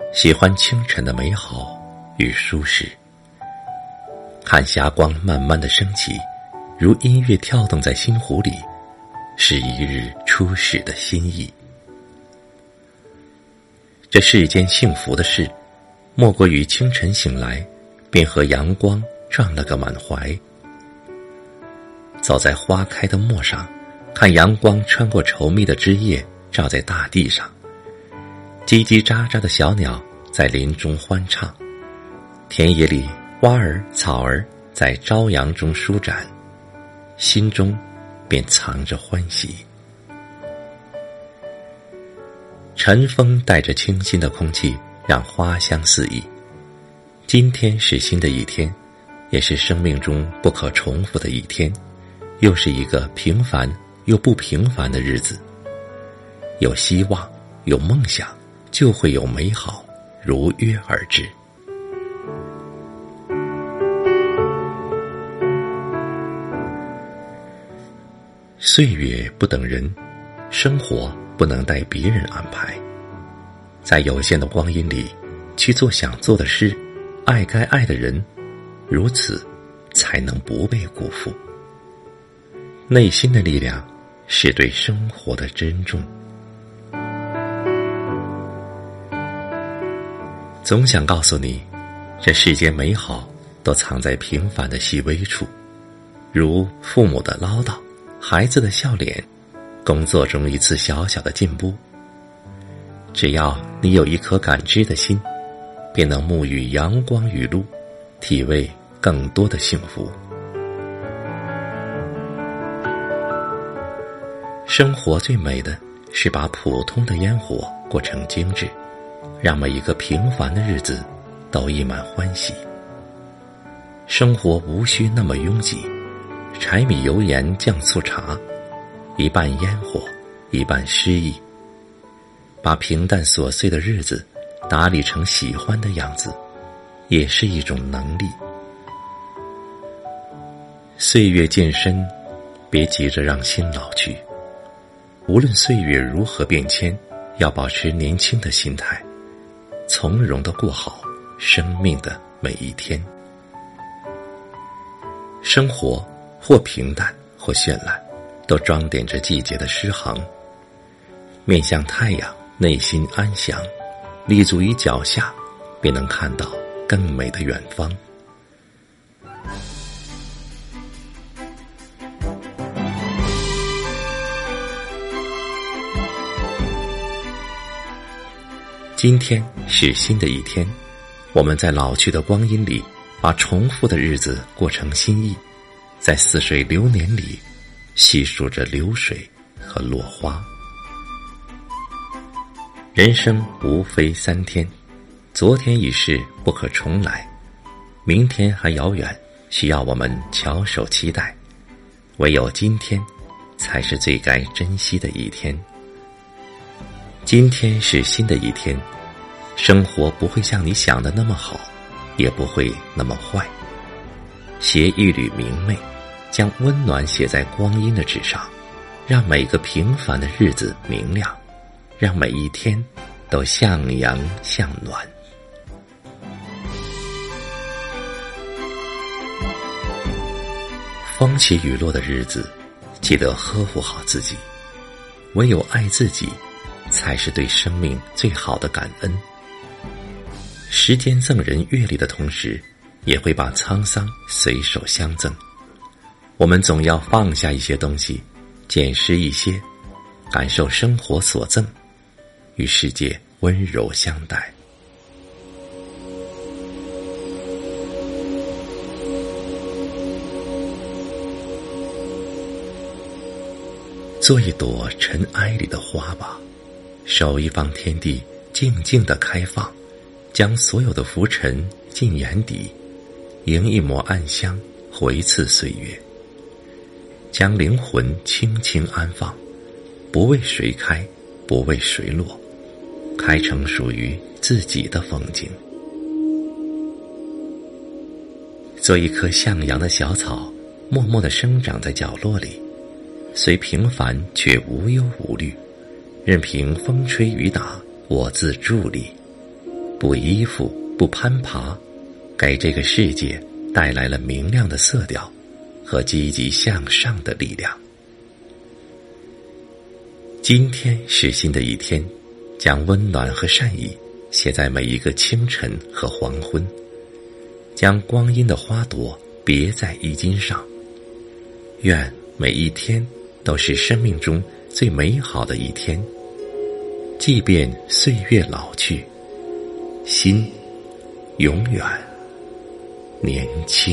喜欢清晨的美好与舒适，看霞光慢慢的升起，如音乐跳动在心湖里，是一日初始的心意。这世间幸福的事，莫过于清晨醒来，便和阳光撞了个满怀。走在花开的陌上，看阳光穿过稠密的枝叶，照在大地上。叽叽喳喳的小鸟在林中欢唱，田野里花儿草儿在朝阳中舒展，心中便藏着欢喜。晨风带着清新的空气，让花香四溢。今天是新的一天，也是生命中不可重复的一天，又是一个平凡又不平凡的日子。有希望，有梦想，就会有美好如约而至。岁月不等人，生活不能带别人安排。在有限的光阴里，去做想做的事，爱该爱的人，如此才能不被辜负。内心的力量是对生活的珍重。总想告诉你，这世间美好都藏在平凡的细微处，如父母的唠叨，孩子的笑脸，工作中一次小小的进步。只要你有一颗感知的心，便能沐浴阳光雨露，体味更多的幸福。生活最美的是把普通的烟火过成精致，让每一个平凡的日子都溢满欢喜。生活无需那么拥挤，柴米油盐酱醋茶，一半烟火，一半诗意。把平淡琐碎的日子打理成喜欢的样子，也是一种能力。岁月渐深，别急着让心老去。无论岁月如何变迁，要保持年轻的心态，从容地过好生命的每一天。生活或平淡或绚烂，都装点着季节的诗行。面向太阳，内心安详，立足于脚下，便能看到更美的远方。今天是新的一天，我们在老去的光阴里，把重复的日子过成新意，在似水流年里细数着流水和落花。人生无非3天，昨天已是不可重来，明天还遥远，需要我们翘首期待。唯有今天才是最该珍惜的一天。今天是新的一天，生活不会像你想的那么好，也不会那么坏。携一缕明媚，将温暖写在光阴的纸上，让每个平凡的日子明亮，让每一天都向阳向暖。风起雨落的日子，记得呵护好自己。唯有爱自己，才是对生命最好的感恩。时间赠人阅历的同时，也会把沧桑随手相赠。我们总要放下一些东西，捡拾一些，感受生活所赠，与世界温柔相待。做一朵尘埃里的花吧，守一方天地，静静地开放，将所有的浮尘进眼底，迎一抹暗香，回赐岁月。将灵魂轻轻安放，不为谁开，不为谁落，开成属于自己的风景。做一棵向阳的小草，默默地生长在角落里，虽平凡却无忧无虑，任凭风吹雨打，我自伫立。 不依附，不攀爬，给这个世界带来了明亮的色调和积极向上的力量。今天是新的一天，将温暖和善意写在每一个清晨和黄昏，将光阴的花朵别在衣襟上。愿每一天都是生命中最美好的一天，即便岁月老去，心永远年轻。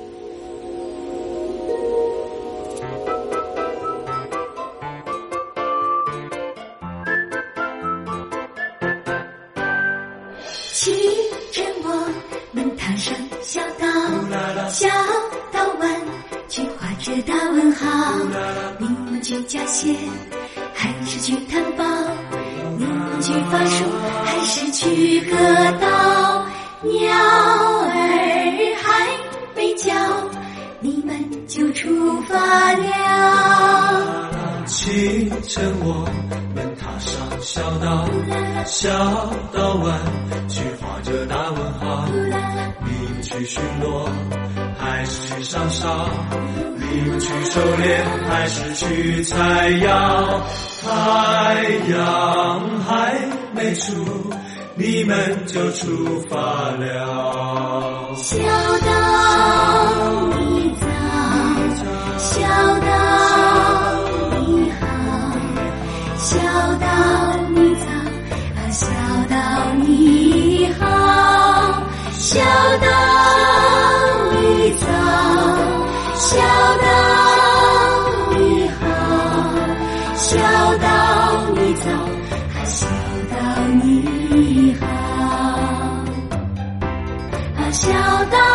清晨我们踏上小道，小道湾去画着大问号。你们去加鞋还是去探宝？你们去伐树还是去割稻？鸟儿还没叫，你们就出发了。 清晨我们踏上小道，小道湾去画着大问号。你们去巡逻还是去上哨？你们去狩猎还是去采药？太阳还没出，你们就出发了。 小道你早，小道你好，小道你早啊，小道你好，小道你早，小道你好，小道你早啊，小道你好啊，小道